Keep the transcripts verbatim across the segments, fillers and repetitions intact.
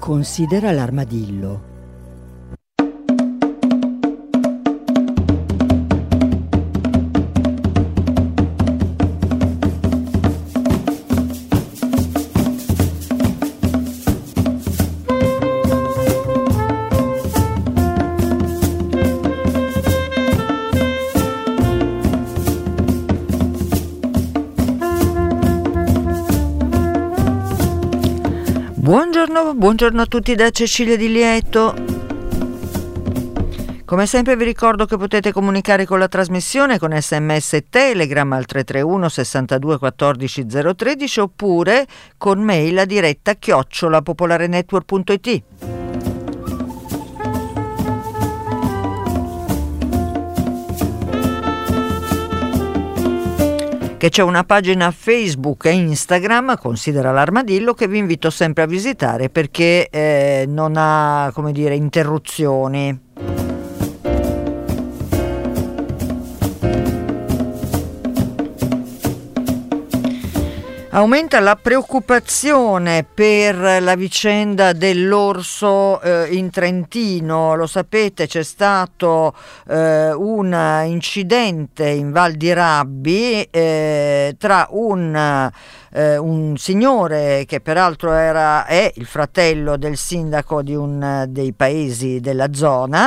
Considera l'armadillo. Buongiorno, buongiorno a tutti da Cecilia Di Lieto. Come sempre vi ricordo che potete comunicare con la trasmissione con sms e telegram al tre tre uno sessantadue quattordici zero tredici oppure con mail a diretta chiocciola popolarenetwork punto it. Che c'è una pagina Facebook e Instagram, Considera l'armadillo, che vi invito sempre a visitare perché eh, non ha, come dire, interruzioni. Aumenta la preoccupazione per la vicenda dell'orso eh, in Trentino. Lo sapete, c'è stato eh, un incidente in Val di Rabbi eh, tra un, eh, un signore che peraltro era, è il fratello del sindaco di un dei paesi della zona,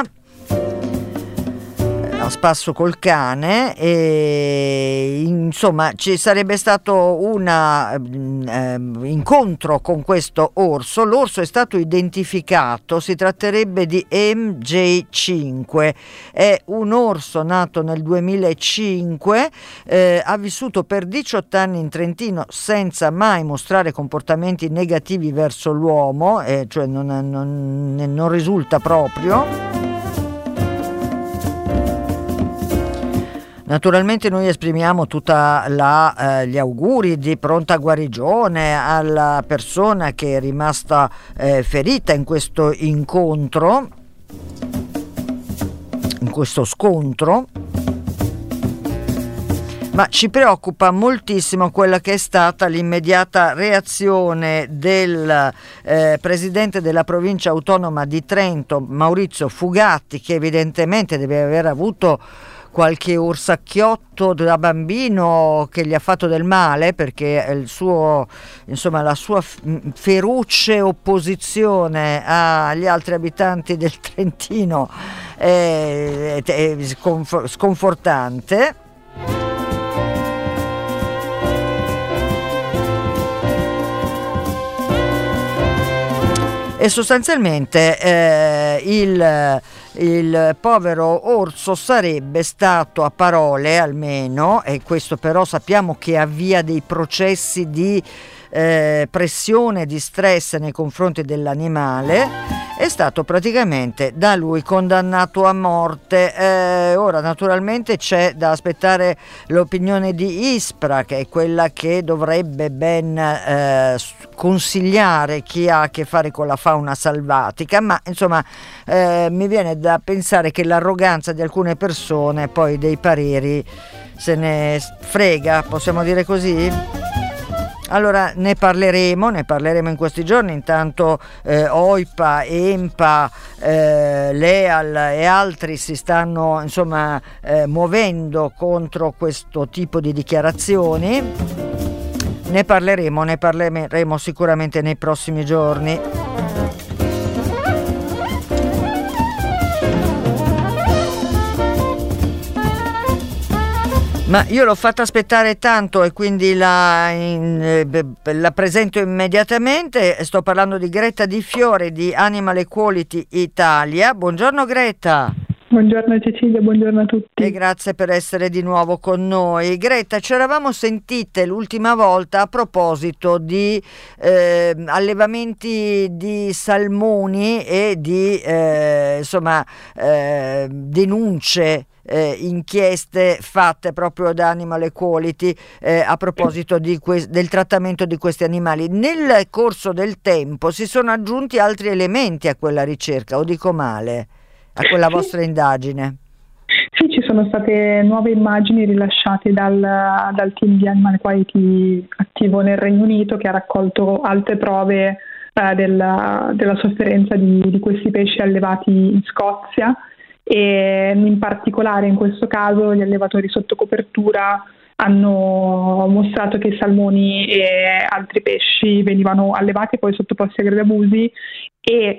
a spasso col cane, e insomma ci sarebbe stato un eh, incontro con questo orso. L'orso è stato identificato, si tratterebbe di M J cinque, è un orso nato nel duemilacinque, eh, ha vissuto per diciotto anni in Trentino senza mai mostrare comportamenti negativi verso l'uomo, eh, cioè non, non, non risulta proprio. Naturalmente noi esprimiamo tutta la, eh, gli auguri di pronta guarigione alla persona che è rimasta eh, ferita in questo incontro, in questo scontro, ma ci preoccupa moltissimo quella che è stata l'immediata reazione del eh, presidente della provincia autonoma di Trento, Maurizio Fugatti, che evidentemente deve aver avuto qualche orsacchiotto da bambino che gli ha fatto del male, perché il suo, insomma, la sua feroce opposizione agli altri abitanti del Trentino è, è sconfortante. E sostanzialmente eh, il Il povero orso sarebbe stato, a parole almeno, e questo però sappiamo che avvia dei processi di eh, pressione, di stress nei confronti dell'animale, è stato praticamente da lui condannato a morte. Eh, ora naturalmente c'è da aspettare l'opinione di ISPRA, che è quella che dovrebbe ben eh, consigliare chi ha a che fare con la fauna selvatica, ma insomma eh, mi viene da pensare che l'arroganza di alcune persone poi dei pareri se ne frega, possiamo dire così? Allora ne parleremo, ne parleremo in questi giorni. Intanto eh, OIPA, EMPA, eh, l'EAL e altri si stanno insomma eh, muovendo contro questo tipo di dichiarazioni. Ne parleremo, ne parleremo sicuramente nei prossimi giorni. Ma io l'ho fatta aspettare tanto e quindi la, in, eh, la presento immediatamente. Sto parlando di Greta Di Fiore di Animal Equality Italia. Buongiorno Greta. Buongiorno Cecilia, buongiorno a tutti. E grazie per essere di nuovo con noi. Greta, ci eravamo sentite l'ultima volta a proposito di eh, allevamenti di salmoni e di eh, insomma eh, denunce, Eh, inchieste fatte proprio da Animal Equality eh, a proposito di que- del trattamento di questi animali. Nel corso del tempo si sono aggiunti altri elementi a quella ricerca, o dico male, a quella vostra indagine? Sì, ci sono state nuove immagini rilasciate dal, dal team di Animal Equality attivo nel Regno Unito, che ha raccolto altre prove eh, della, della sofferenza di, di questi pesci allevati in Scozia, e in particolare in questo caso gli allevatori sotto copertura hanno mostrato che i salmoni e altri pesci venivano allevati e poi sottoposti a gravi abusi, e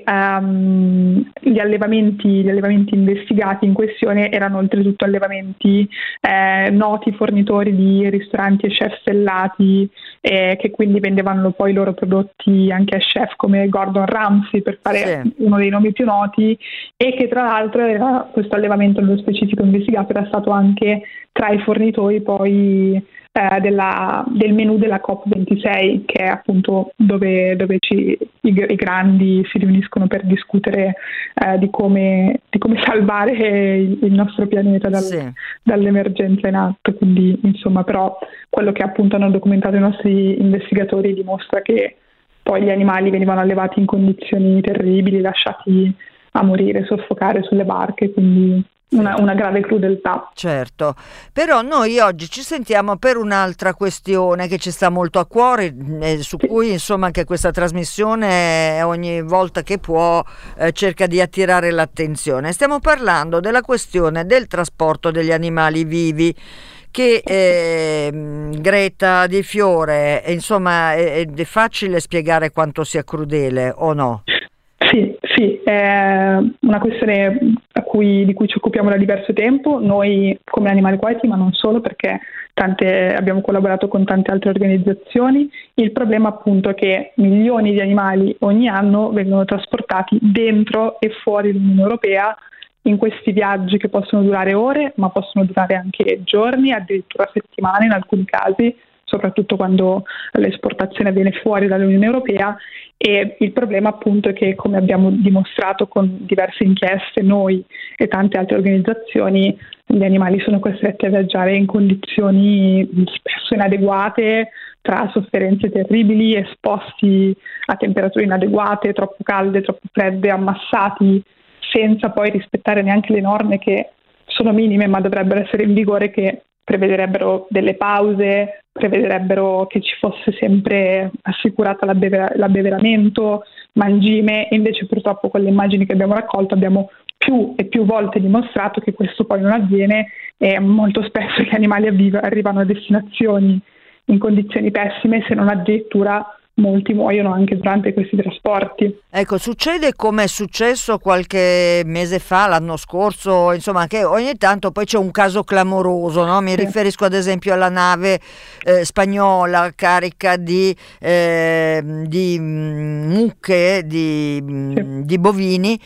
um, gli allevamenti, gli allevamenti investigati in questione erano oltretutto allevamenti eh, noti fornitori di ristoranti e chef stellati, eh, che quindi vendevano poi i loro prodotti anche a chef come Gordon Ramsay, per fare Sì. uno dei nomi più noti, e che tra l'altro era, questo allevamento nello specifico investigato era stato anche tra i fornitori poi eh, della, del menù della COP ventisei, che è appunto dove, dove ci, i, i grandi si riuniscono per discutere eh, di, come, di come salvare il, il nostro pianeta dal, Sì. dall'emergenza in atto. Quindi insomma, però quello che appunto hanno documentato i nostri investigatori dimostra che poi gli animali venivano allevati in condizioni terribili, lasciati a morire, soffocare sulle barche, quindi Una, una grave crudeltà. Certo, però noi oggi ci sentiamo per un'altra questione che ci sta molto a cuore, eh, su Sì. cui insomma anche questa trasmissione eh, ogni volta che può eh, cerca di attirare l'attenzione. Stiamo parlando della questione del trasporto degli animali vivi, che eh, Greta Di Fiore, eh, insomma è, è facile spiegare quanto sia crudele o no? Sì, sì, è una questione a cui, di cui ci occupiamo da diverso tempo, noi come Animal Equality, ma non solo, perché tante, abbiamo collaborato con tante altre organizzazioni. Il problema appunto è che milioni di animali ogni anno vengono trasportati dentro e fuori l'Unione Europea in questi viaggi che possono durare ore, ma possono durare anche giorni, addirittura settimane in alcuni casi, soprattutto quando l'esportazione avviene fuori dall'Unione Europea. E il problema appunto è che, come abbiamo dimostrato con diverse inchieste noi e tante altre organizzazioni, gli animali sono costretti a viaggiare in condizioni spesso inadeguate, tra sofferenze terribili, esposti a temperature inadeguate, troppo calde, troppo fredde, ammassati, senza poi rispettare neanche le norme che sono minime ma dovrebbero essere in vigore, che prevederebbero delle pause, prevederebbero che ci fosse sempre assicurata l'abbever- l'abbeveramento, mangime, e invece purtroppo con le immagini che abbiamo raccolto abbiamo più e più volte dimostrato che questo poi non avviene, e molto spesso gli animali avviv- arrivano a destinazioni in condizioni pessime, se non addirittura molti muoiono anche durante questi trasporti. Ecco, succede come è successo qualche mese fa, l'anno scorso, insomma, che ogni tanto poi c'è un caso clamoroso, no? Mi Sì. riferisco ad esempio alla nave eh, spagnola carica di, eh, di mm, mucche, di, mm, Sì. di bovini,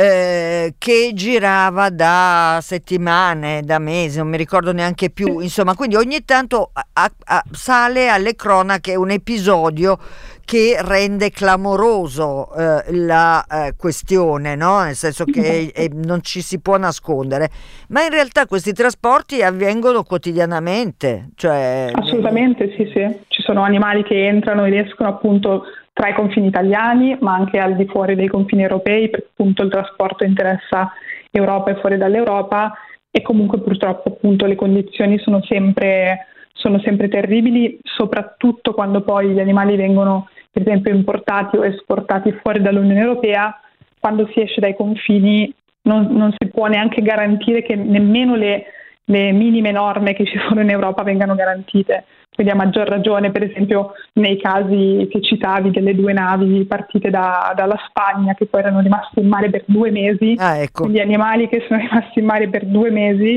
eh, che girava da settimane, da mesi, non mi ricordo neanche più, insomma, quindi ogni tanto a- a- sale alle cronache un episodio che rende clamoroso eh, la eh, questione, no? Nel senso che eh, non ci si può nascondere, ma in realtà questi trasporti avvengono quotidianamente, cioè Assolutamente, sì, sì. Ci sono animali che entrano ed escono appunto tra i confini italiani, ma anche al di fuori dei confini europei, perché appunto il trasporto interessa Europa e fuori dall'Europa, e comunque purtroppo appunto le condizioni sono sempre, sono sempre terribili, soprattutto quando poi gli animali vengono per esempio importati o esportati fuori dall'Unione Europea. Quando si esce dai confini non, non si può neanche garantire che nemmeno le, le minime norme che ci sono in Europa vengano garantite. Quindi a maggior ragione, per esempio, nei casi che citavi delle due navi partite da, dalla Spagna, che poi erano rimaste in mare per due mesi, ah, ecco. quindi animali che sono rimasti in mare per due mesi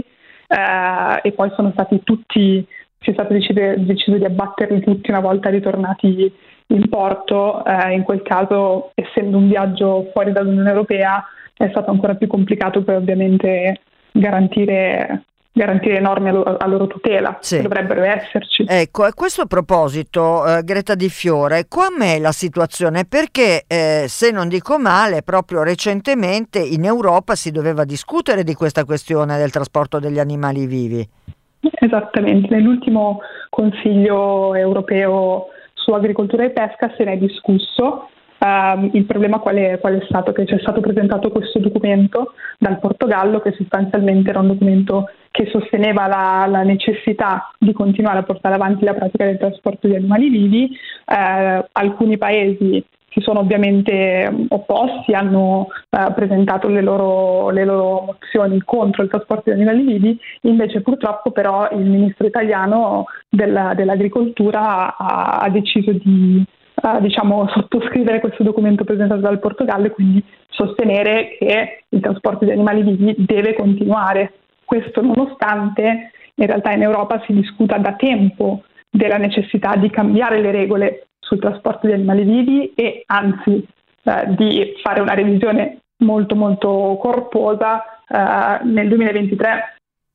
eh, e poi sono stati tutti, si è stato deciso, deciso di abbatterli tutti una volta ritornati in porto. Eh, in quel caso, essendo un viaggio fuori dall'Unione Europea, è stato ancora più complicato poi ovviamente garantire garantire norme a loro, a loro tutela, Sì. che dovrebbero esserci. Ecco, a questo proposito, eh, Greta Di Fiore, com'è la situazione? Perché, eh, se non dico male, proprio recentemente in Europa si doveva discutere di questa questione del trasporto degli animali vivi. Esattamente, nell'ultimo Consiglio europeo su agricoltura e pesca se ne è discusso. Um, il problema qual è, qual è stato? Che c'è stato presentato questo documento dal Portogallo, che sostanzialmente era un documento che sosteneva la, la necessità di continuare a portare avanti la pratica del trasporto di animali vivi. Uh, alcuni paesi si si sono ovviamente opposti, hanno eh, presentato le loro, le loro mozioni contro il trasporto di animali vivi. Invece purtroppo però il ministro italiano della, dell'agricoltura ha, ha deciso di Uh, diciamo, sottoscrivere questo documento presentato dal Portogallo e quindi sostenere che il trasporto di animali vivi deve continuare. Questo nonostante in realtà in Europa si discuta da tempo della necessità di cambiare le regole sul trasporto di animali vivi e anzi uh, di fare una revisione molto molto corposa uh, nel duemilaventitré.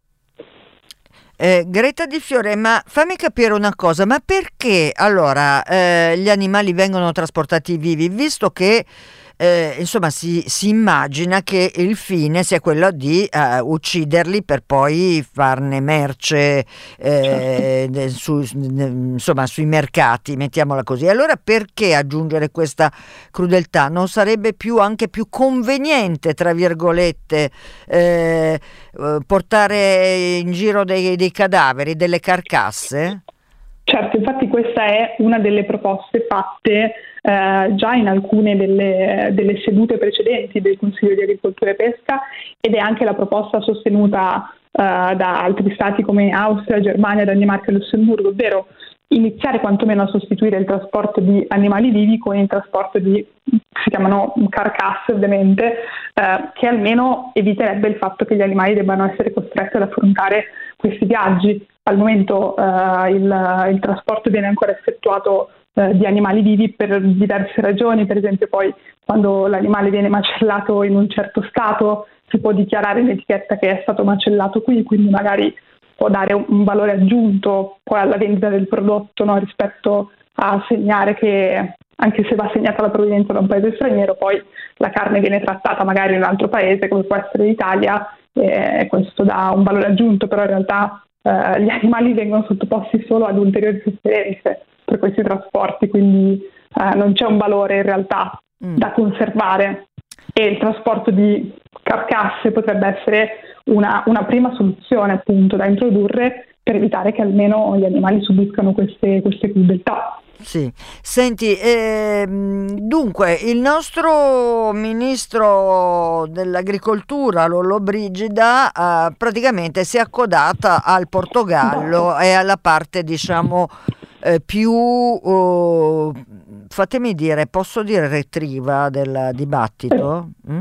Eh, Greta Di Fiore, ma fammi capire una cosa, ma perché allora eh, gli animali vengono trasportati vivi, visto che eh, insomma si, si immagina che il fine sia quello di eh, ucciderli per poi farne merce eh, su, insomma sui mercati, mettiamola così. Allora perché aggiungere questa crudeltà? Non sarebbe più anche più conveniente, tra virgolette, eh, portare in giro dei, dei cadaveri, delle carcasse? Certo, infatti questa è una delle proposte fatte eh, già in alcune delle, delle sedute precedenti del Consiglio di Agricoltura e Pesca ed è anche la proposta sostenuta eh, da altri stati come Austria, Germania, Danimarca e Lussemburgo, ovvero iniziare quantomeno a sostituire il trasporto di animali vivi con il trasporto di, si chiamano carcasse ovviamente, eh, che almeno eviterebbe il fatto che gli animali debbano essere costretti ad affrontare questi viaggi. Al momento eh, il, il trasporto viene ancora effettuato eh, di animali vivi per diverse ragioni, per esempio poi quando l'animale viene macellato in un certo stato si può dichiarare in etichetta che è stato macellato qui, quindi magari può dare un valore aggiunto poi alla vendita del prodotto, no, rispetto a segnare che anche se va segnata la provenienza da un paese straniero, poi la carne viene trattata magari in un altro paese come può essere l'Italia e questo dà un valore aggiunto, però in realtà eh, gli animali vengono sottoposti solo ad ulteriori sofferenze per questi trasporti, quindi eh, non c'è un valore in realtà mm. da conservare e il trasporto di carcasse potrebbe essere una, una prima soluzione appunto da introdurre per evitare che almeno gli animali subiscano queste, queste crudeltà. Sì, senti, ehm, dunque il nostro ministro dell'agricoltura Lollobrigida eh, praticamente si è accodata al Portogallo e alla parte diciamo eh, più, oh, fatemi dire, posso dire retriva del dibattito? Mm?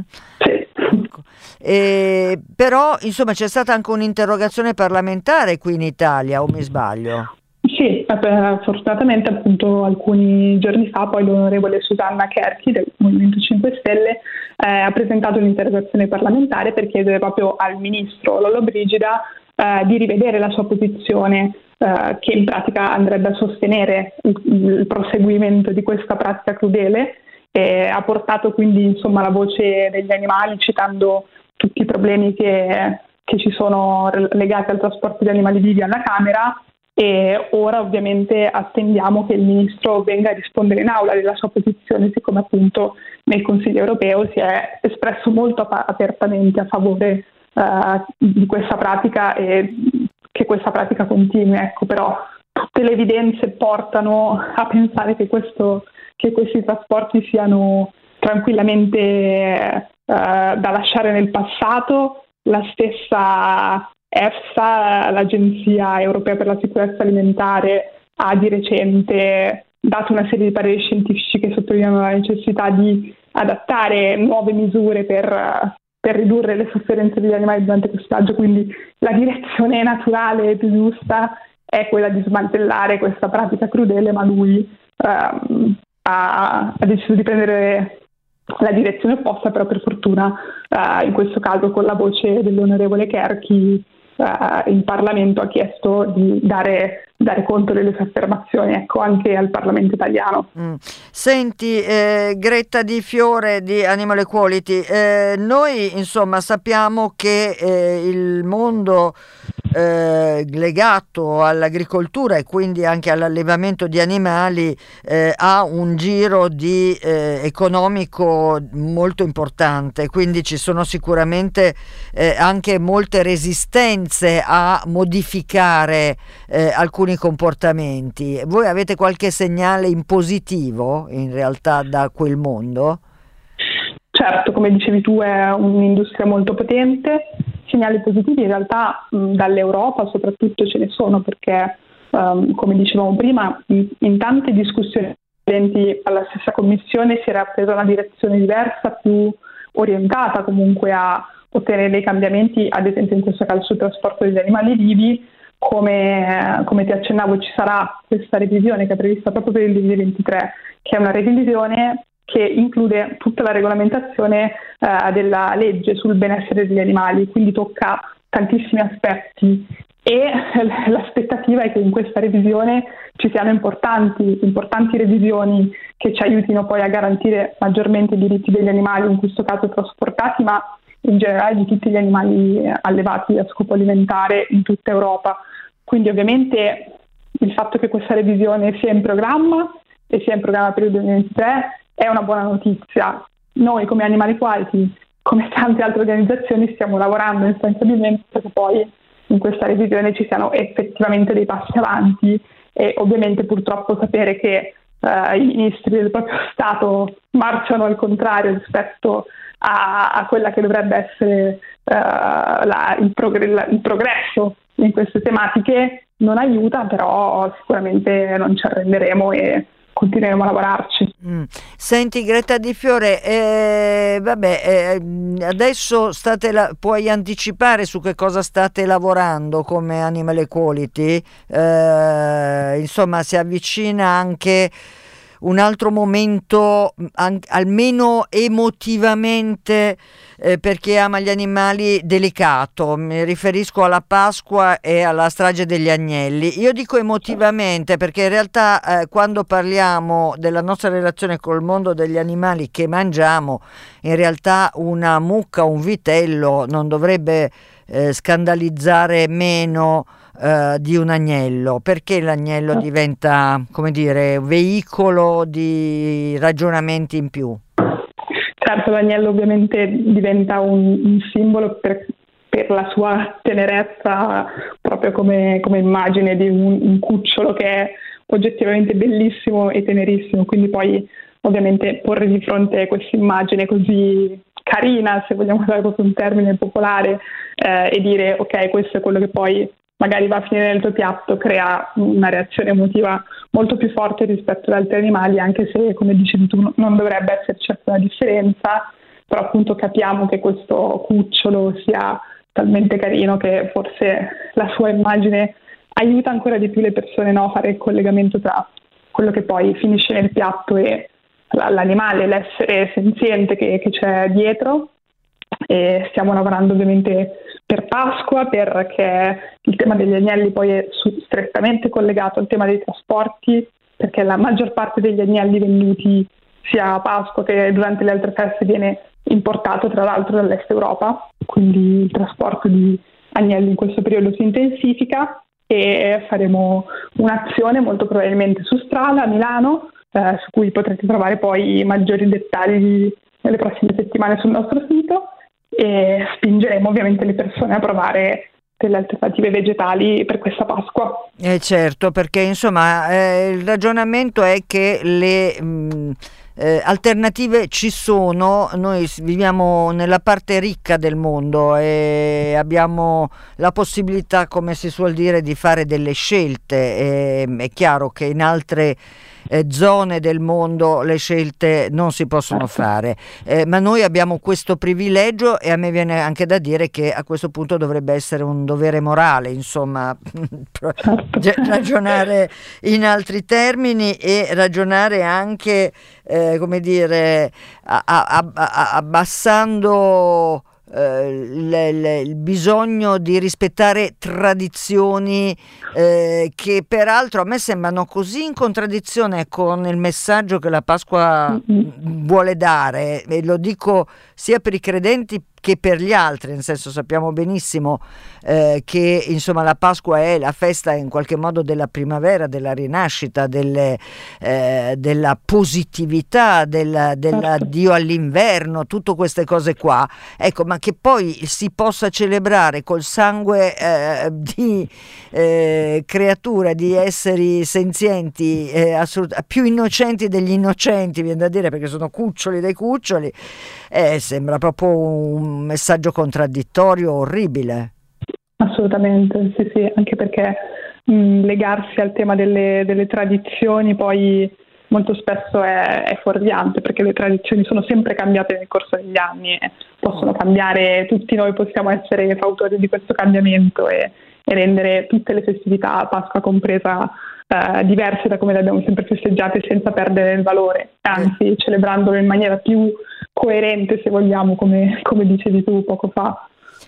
E, però insomma c'è stata anche un'interrogazione parlamentare qui in Italia, o mi sbaglio? Sì, fortunatamente appunto alcuni giorni fa poi l'onorevole Susanna Cherchi del Movimento cinque Stelle eh, ha presentato un'interrogazione parlamentare per chiedere proprio al ministro Lollobrigida eh, di rivedere la sua posizione eh, che in pratica andrebbe a sostenere il, il proseguimento di questa pratica crudele e ha portato quindi insomma la voce degli animali citando tutti i problemi che, che ci sono legati al trasporto di animali vivi alla Camera e ora ovviamente attendiamo che il ministro venga a rispondere in aula della sua posizione, siccome appunto nel Consiglio europeo si è espresso molto ap- apertamente a favore uh, di questa pratica e che questa pratica continui, ecco, però tutte le evidenze portano a pensare che questo che questi trasporti siano tranquillamente uh, da lasciare nel passato. La stessa EFSA, l'Agenzia Europea per la Sicurezza Alimentare, ha di recente dato una serie di pareri scientifici che sottolineano la necessità di adattare nuove misure per, per ridurre le sofferenze degli animali durante questo viaggio, quindi la direzione naturale e più giusta è quella di smantellare questa pratica crudele, ma lui um, ha, ha deciso di prendere la direzione opposta, però per fortuna uh, in questo caso con la voce dell'onorevole Cherchi uh, il Parlamento ha chiesto di dare, dare conto delle sue affermazioni, ecco, anche al Parlamento italiano. Mm. Senti, eh, Greta Di Fiore di Animal Equality, eh, noi insomma sappiamo che eh, il mondo eh, legato all'agricoltura e quindi anche all'allevamento di animali eh, ha un giro di, eh, economico molto importante, quindi ci sono sicuramente eh, anche molte resistenze a modificare eh, alcuni comportamenti. Voi avete qualche segnale in positivo in realtà da quel mondo? Certo, come dicevi tu, è un'industria molto potente. Segnali positivi in realtà mh, dall'Europa soprattutto ce ne sono, perché um, come dicevamo prima, in, in tante discussioni alla stessa Commissione si era presa una direzione diversa, più orientata comunque a ottenere dei cambiamenti, ad esempio in questo caso sul trasporto degli animali vivi. Come, come ti accennavo, ci sarà questa revisione che è prevista proprio per il duemilaventitré, che è una revisione che include tutta la regolamentazione eh, della legge sul benessere degli animali, quindi tocca tantissimi aspetti, e l'aspettativa è che in questa revisione ci siano importanti, importanti revisioni che ci aiutino poi a garantire maggiormente i diritti degli animali, in questo caso trasportati, ma in generale di tutti gli animali allevati a scopo alimentare in tutta Europa. Quindi ovviamente il fatto che questa revisione sia in programma e sia in programma per il duemilaventitré è una buona notizia. Noi come Animal Equality, come tante altre organizzazioni, stiamo lavorando instancabilmente perché poi in questa revisione ci siano effettivamente dei passi avanti, e ovviamente purtroppo sapere che eh, i ministri del proprio Stato marciano al contrario rispetto a, a quella che dovrebbe essere eh, la, il, progr- il progresso in queste tematiche non aiuta, però sicuramente non ci arrenderemo e continueremo a lavorarci. Mm. Senti Greta Di Fiore, eh, vabbè, eh, adesso state la- puoi anticipare su che cosa state lavorando come Animal Equality? Eh, insomma, si avvicina anche un altro momento, an- almeno emotivamente, eh, per chi ama gli animali, delicato. Mi riferisco alla Pasqua e alla strage degli agnelli. Io dico emotivamente perché in realtà eh, quando parliamo della nostra relazione col mondo degli animali che mangiamo, in realtà una mucca o un vitello non dovrebbe eh, scandalizzare meno Uh, di un agnello, perché l'agnello diventa, come dire, un veicolo di ragionamenti in più. Certo, l'agnello ovviamente diventa un, un simbolo per, per la sua tenerezza, proprio come, come immagine di un, un cucciolo che è oggettivamente bellissimo e tenerissimo, quindi poi ovviamente porre di fronte questa immagine così carina, se vogliamo usare proprio un termine popolare, eh, e dire ok, questo è quello che poi magari va a finire nel tuo piatto, crea una reazione emotiva molto più forte rispetto ad altri animali, anche se, come dicevi tu, non dovrebbe esserci alcuna differenza, però appunto capiamo che questo cucciolo sia talmente carino che forse la sua immagine aiuta ancora di più le persone, no, a fare il collegamento tra quello che poi finisce nel piatto e l'animale, l'essere senziente che, che c'è dietro. E stiamo lavorando ovviamente per Pasqua, perché il tema degli agnelli poi è strettamente collegato al tema dei trasporti, perché la maggior parte degli agnelli venduti sia a Pasqua che durante le altre feste viene importato tra l'altro dall'est Europa, quindi il trasporto di agnelli in questo periodo si intensifica, e faremo un'azione molto probabilmente su strada a Milano, eh, su cui potrete trovare poi maggiori dettagli nelle prossime settimane sul nostro sito, e spingeremo ovviamente le persone a provare delle alternative vegetali per questa Pasqua. Eh certo, perché insomma eh, il ragionamento è che le mh, eh, alternative ci sono. Noi viviamo nella parte ricca del mondo e abbiamo la possibilità, come si suol dire, di fare delle scelte. E, è chiaro che in altre Eh, zone del mondo le scelte non si possono fare, eh, ma noi abbiamo questo privilegio, e a me viene anche da dire che a questo punto dovrebbe essere un dovere morale, insomma, ragionare in altri termini e ragionare anche, eh, come dire, a, a, a, abbassando Uh, le, le, il bisogno di rispettare tradizioni eh, che peraltro a me sembrano così in contraddizione con il messaggio che la Pasqua mm-hmm. vuole dare, e lo dico sia per i credenti che per gli altri, nel senso sappiamo benissimo eh, che insomma la Pasqua è la festa in qualche modo della primavera, della rinascita, delle, eh, della positività, del, dell'addio all'inverno, tutte queste cose qua, ecco, ma che poi si possa celebrare col sangue eh, di eh, creature, di esseri senzienti, eh, assolut- più innocenti degli innocenti, viene da dire, perché sono cuccioli dei cuccioli, eh, sembra proprio un messaggio contraddittorio orribile. Assolutamente, sì, sì, anche perché mh, legarsi al tema delle, delle tradizioni poi molto spesso è, è fuorviante, perché le tradizioni sono sempre cambiate nel corso degli anni e possono cambiare, tutti noi possiamo essere fautori di questo cambiamento e, e rendere tutte le festività, Pasqua compresa, eh, diverse da come le abbiamo sempre festeggiate, senza perdere il valore, anzi celebrandolo in maniera più coerente, se vogliamo, come, come dicevi tu poco fa.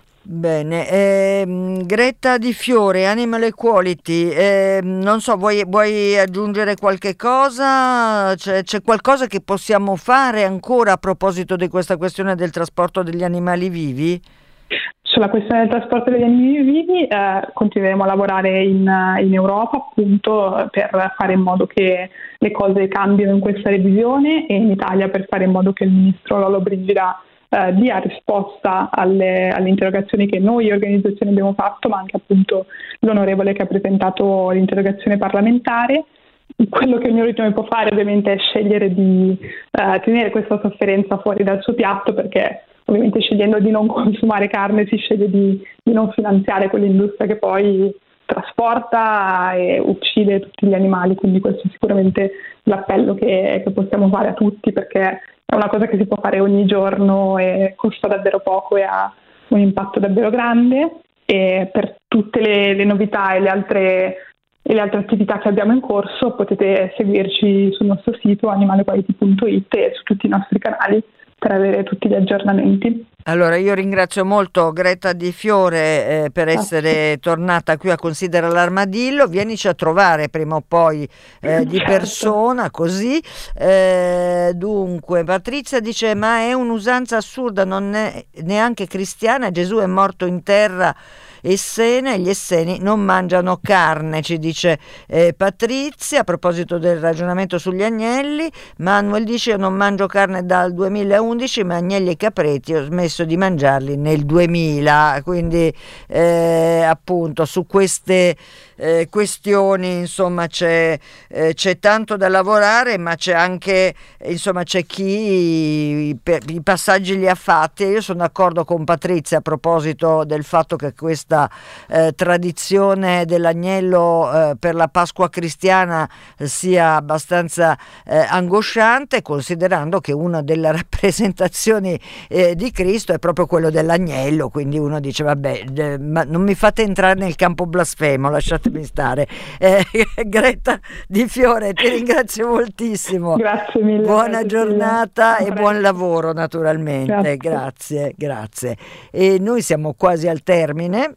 Bene, ehm, Greta Di Fiore, Animal Equality, ehm, non so, vuoi, vuoi aggiungere qualche cosa? C'è, c'è qualcosa che possiamo fare ancora a proposito di questa questione del trasporto degli animali vivi? Sulla questione del trasporto degli animali vivi eh, continueremo a lavorare in, in Europa appunto per fare in modo che le cose cambino in questa revisione, e in Italia per fare in modo che il ministro Lollobrigida Uh, dia risposta alle, alle interrogazioni che noi organizzazioni abbiamo fatto, ma anche appunto l'onorevole che ha presentato l'interrogazione parlamentare. Quello che il mio ritmo può fare ovviamente è scegliere di uh, tenere questa sofferenza fuori dal suo piatto, perché ovviamente scegliendo di non consumare carne si sceglie di, di non finanziare quell'industria che poi trasporta e uccide tutti gli animali, quindi questo è sicuramente l'appello che, che possiamo fare a tutti, perché è una cosa che si può fare ogni giorno e costa davvero poco e ha un impatto davvero grande. E per tutte le, le novità e le altre e le altre attività che abbiamo in corso potete seguirci sul nostro sito animal equality punto it e su tutti i nostri canali per avere tutti gli aggiornamenti. Allora io ringrazio molto Greta Di Fiore eh, per essere tornata qui a Considera l'Armadillo. Vienici a trovare prima o poi eh, di persona, così. Eh, dunque Patrizia dice: ma è un'usanza assurda, non è neanche cristiana, Gesù è morto in terra essene, gli esseni non mangiano carne, ci dice eh, Patrizia. A proposito del ragionamento sugli agnelli, Manuel dice: io non mangio carne dal duemilaundici, ma agnelli e capreti ho smesso di mangiarli nel duemila, quindi eh, appunto su queste eh, questioni insomma c'è, eh, c'è tanto da lavorare, ma c'è anche insomma c'è chi i, per, i passaggi li ha fatti. Io sono d'accordo con Patrizia a proposito del fatto che questa eh, tradizione dell'agnello eh, per la Pasqua cristiana sia abbastanza eh, angosciante, considerando che una delle rappresentazioni eh, di Cristo è proprio quello dell'agnello, quindi uno dice vabbè, eh, ma non mi fate entrare nel campo blasfemo, lasciatemi stare. eh, Greta Di Fiore, ti ringrazio moltissimo. Grazie mille. Buona giornata e Grazie. buon lavoro naturalmente. Grazie. grazie, grazie. E noi siamo quasi al termine.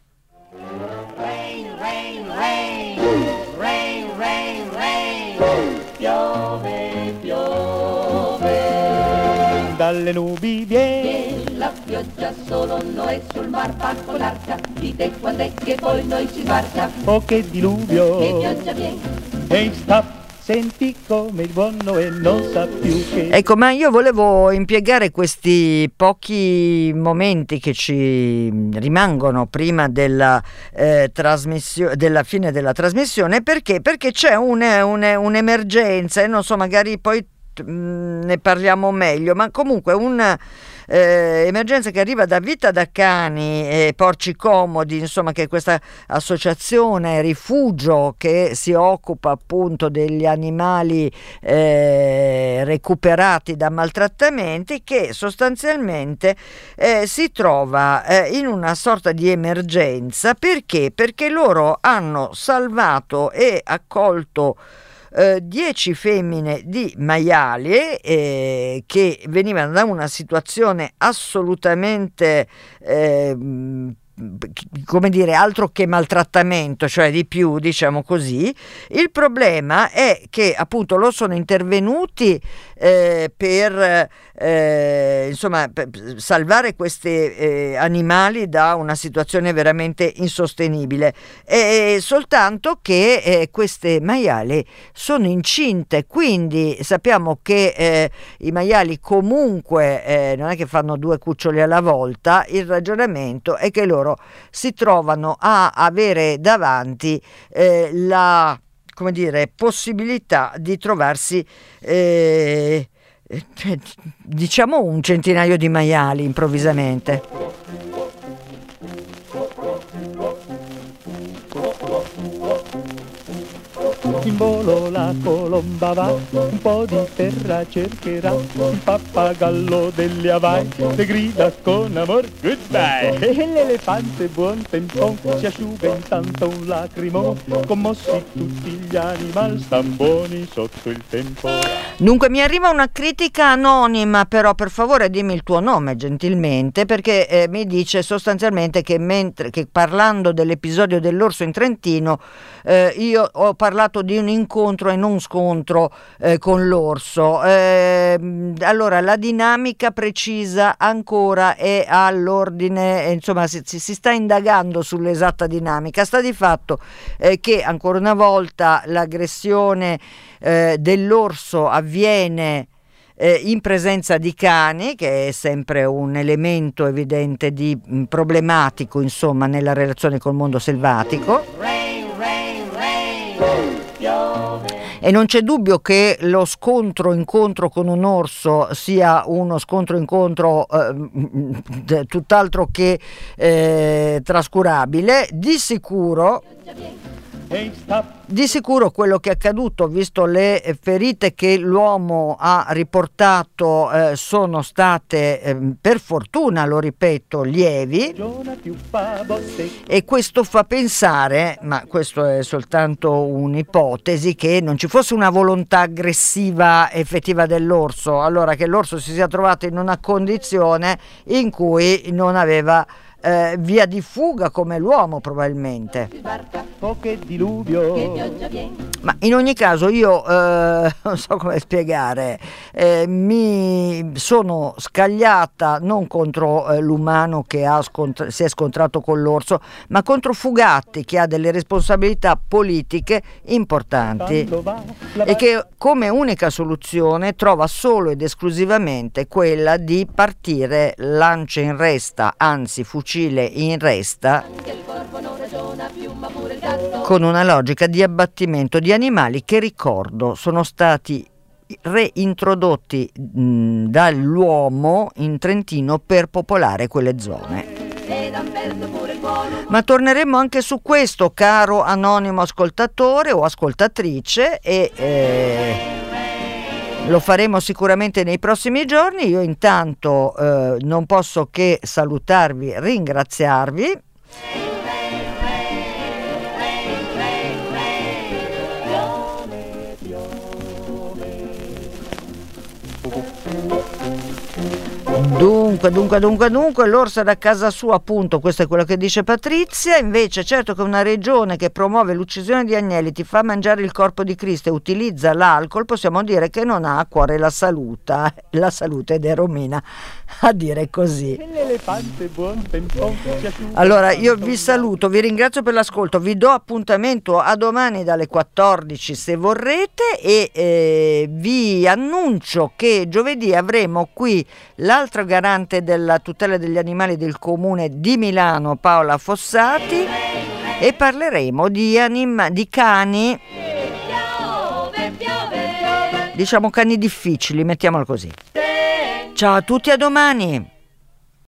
Rain, rain, rain, rain, rain, rain, piove, piove, dalle nubi viene la pioggia solo noi sul mar fa con l'arca, dite quando è che poi noi si sbarca, oh che diluvio, che pioggia viene, e sta, senti come il buon Noè non sa più che... Ecco, ma io volevo impiegare questi pochi momenti che ci rimangono prima della, eh, trasmissio- della fine della trasmissione, perché, perché c'è un, un, un'emergenza, e non so, magari poi mh, ne parliamo meglio, ma comunque un... Eh, emergenza che arriva da Vita da Cani e Porci Comodi, insomma, che è questa associazione rifugio che si occupa appunto degli animali eh, recuperati da maltrattamenti, che sostanzialmente eh, si trova eh, in una sorta di emergenza. Perché? Perché loro hanno salvato e accolto dieci femmine di maiali eh, che venivano da una situazione assolutamente eh, come dire, altro che maltrattamento, cioè di più, diciamo così. Il problema è che appunto loro sono intervenuti eh, per eh, insomma per salvare questi eh, animali da una situazione veramente insostenibile, e soltanto che eh, queste maiali sono incinte, quindi sappiamo che eh, i maiali comunque eh, non è che fanno due cuccioli alla volta. Il ragionamento è che loro si trovano a avere davanti eh, la, come dire, possibilità di trovarsi eh, diciamo un centinaio di maiali improvvisamente. In volo la colomba va, un po' di terra cercherà, il pappagallo delle Hawaii le grida con amor goodbye. E l'elefante buon tempon si asciuga intanto un lacrimone, commossi tutti gli animali stan buoni sotto il tempo. Dunque mi arriva una critica anonima, però per favore dimmi il tuo nome gentilmente, perché eh, mi dice sostanzialmente che mentre che parlando dell'episodio dell'orso in Trentino eh, io ho parlato di un incontro e non scontro eh, con l'orso. Eh, allora la dinamica precisa ancora è all'ordine, eh, insomma si, si sta indagando sull'esatta dinamica. Sta di fatto eh, che ancora una volta l'aggressione eh, dell'orso avviene eh, in presenza di cani, che è sempre un elemento evidente di mh, problematico, insomma, nella relazione col mondo selvatico. E non c'è dubbio che lo scontro incontro con un orso sia uno scontro incontro eh, tutt'altro che eh, trascurabile. Di sicuro Di sicuro quello che è accaduto, visto le ferite che l'uomo ha riportato, eh, sono state eh, per fortuna, lo ripeto, lievi, e questo fa pensare, ma questo è soltanto un'ipotesi, che non ci fosse una volontà aggressiva effettiva dell'orso, allora che l'orso si sia trovato in una condizione in cui non aveva Eh, via di fuga come l'uomo probabilmente. Oh, che diluvio. Ma in ogni caso io eh, non so come spiegare, eh, mi sono scagliata non contro eh, l'umano che ha scontra- si è scontrato con l'orso, ma contro Fugatti, che ha delle responsabilità politiche importanti e che come unica soluzione trova solo ed esclusivamente quella di partire lancia in resta, anzi fucile in resta, con una logica di abbattimento di animali che, ricordo, sono stati reintrodotti mh, dall'uomo in Trentino per popolare quelle zone. Ma torneremo anche su questo, caro anonimo ascoltatore o ascoltatrice, e eh, lo faremo sicuramente nei prossimi giorni. Io intanto eh, non posso che salutarvi, ringraziarvi. Dunque, dunque, dunque, dunque, l'orso è da casa sua, appunto, questo è quello che dice Patrizia. Invece, certo che una regione che promuove l'uccisione di agnelli, ti fa mangiare il corpo di Cristo e utilizza l'alcol, possiamo dire che non ha a cuore la salute, la salute ed è Romina a dire così. Allora, io vi saluto, vi ringrazio per l'ascolto, vi do appuntamento a domani dalle quattordici se vorrete, e eh, vi annuncio che giovedì avremo qui l'altro garante della tutela degli animali del comune di Milano, Paola Fossati, e parleremo di, anima- di cani, diciamo cani difficili, mettiamolo così. Ciao a tutti, a domani!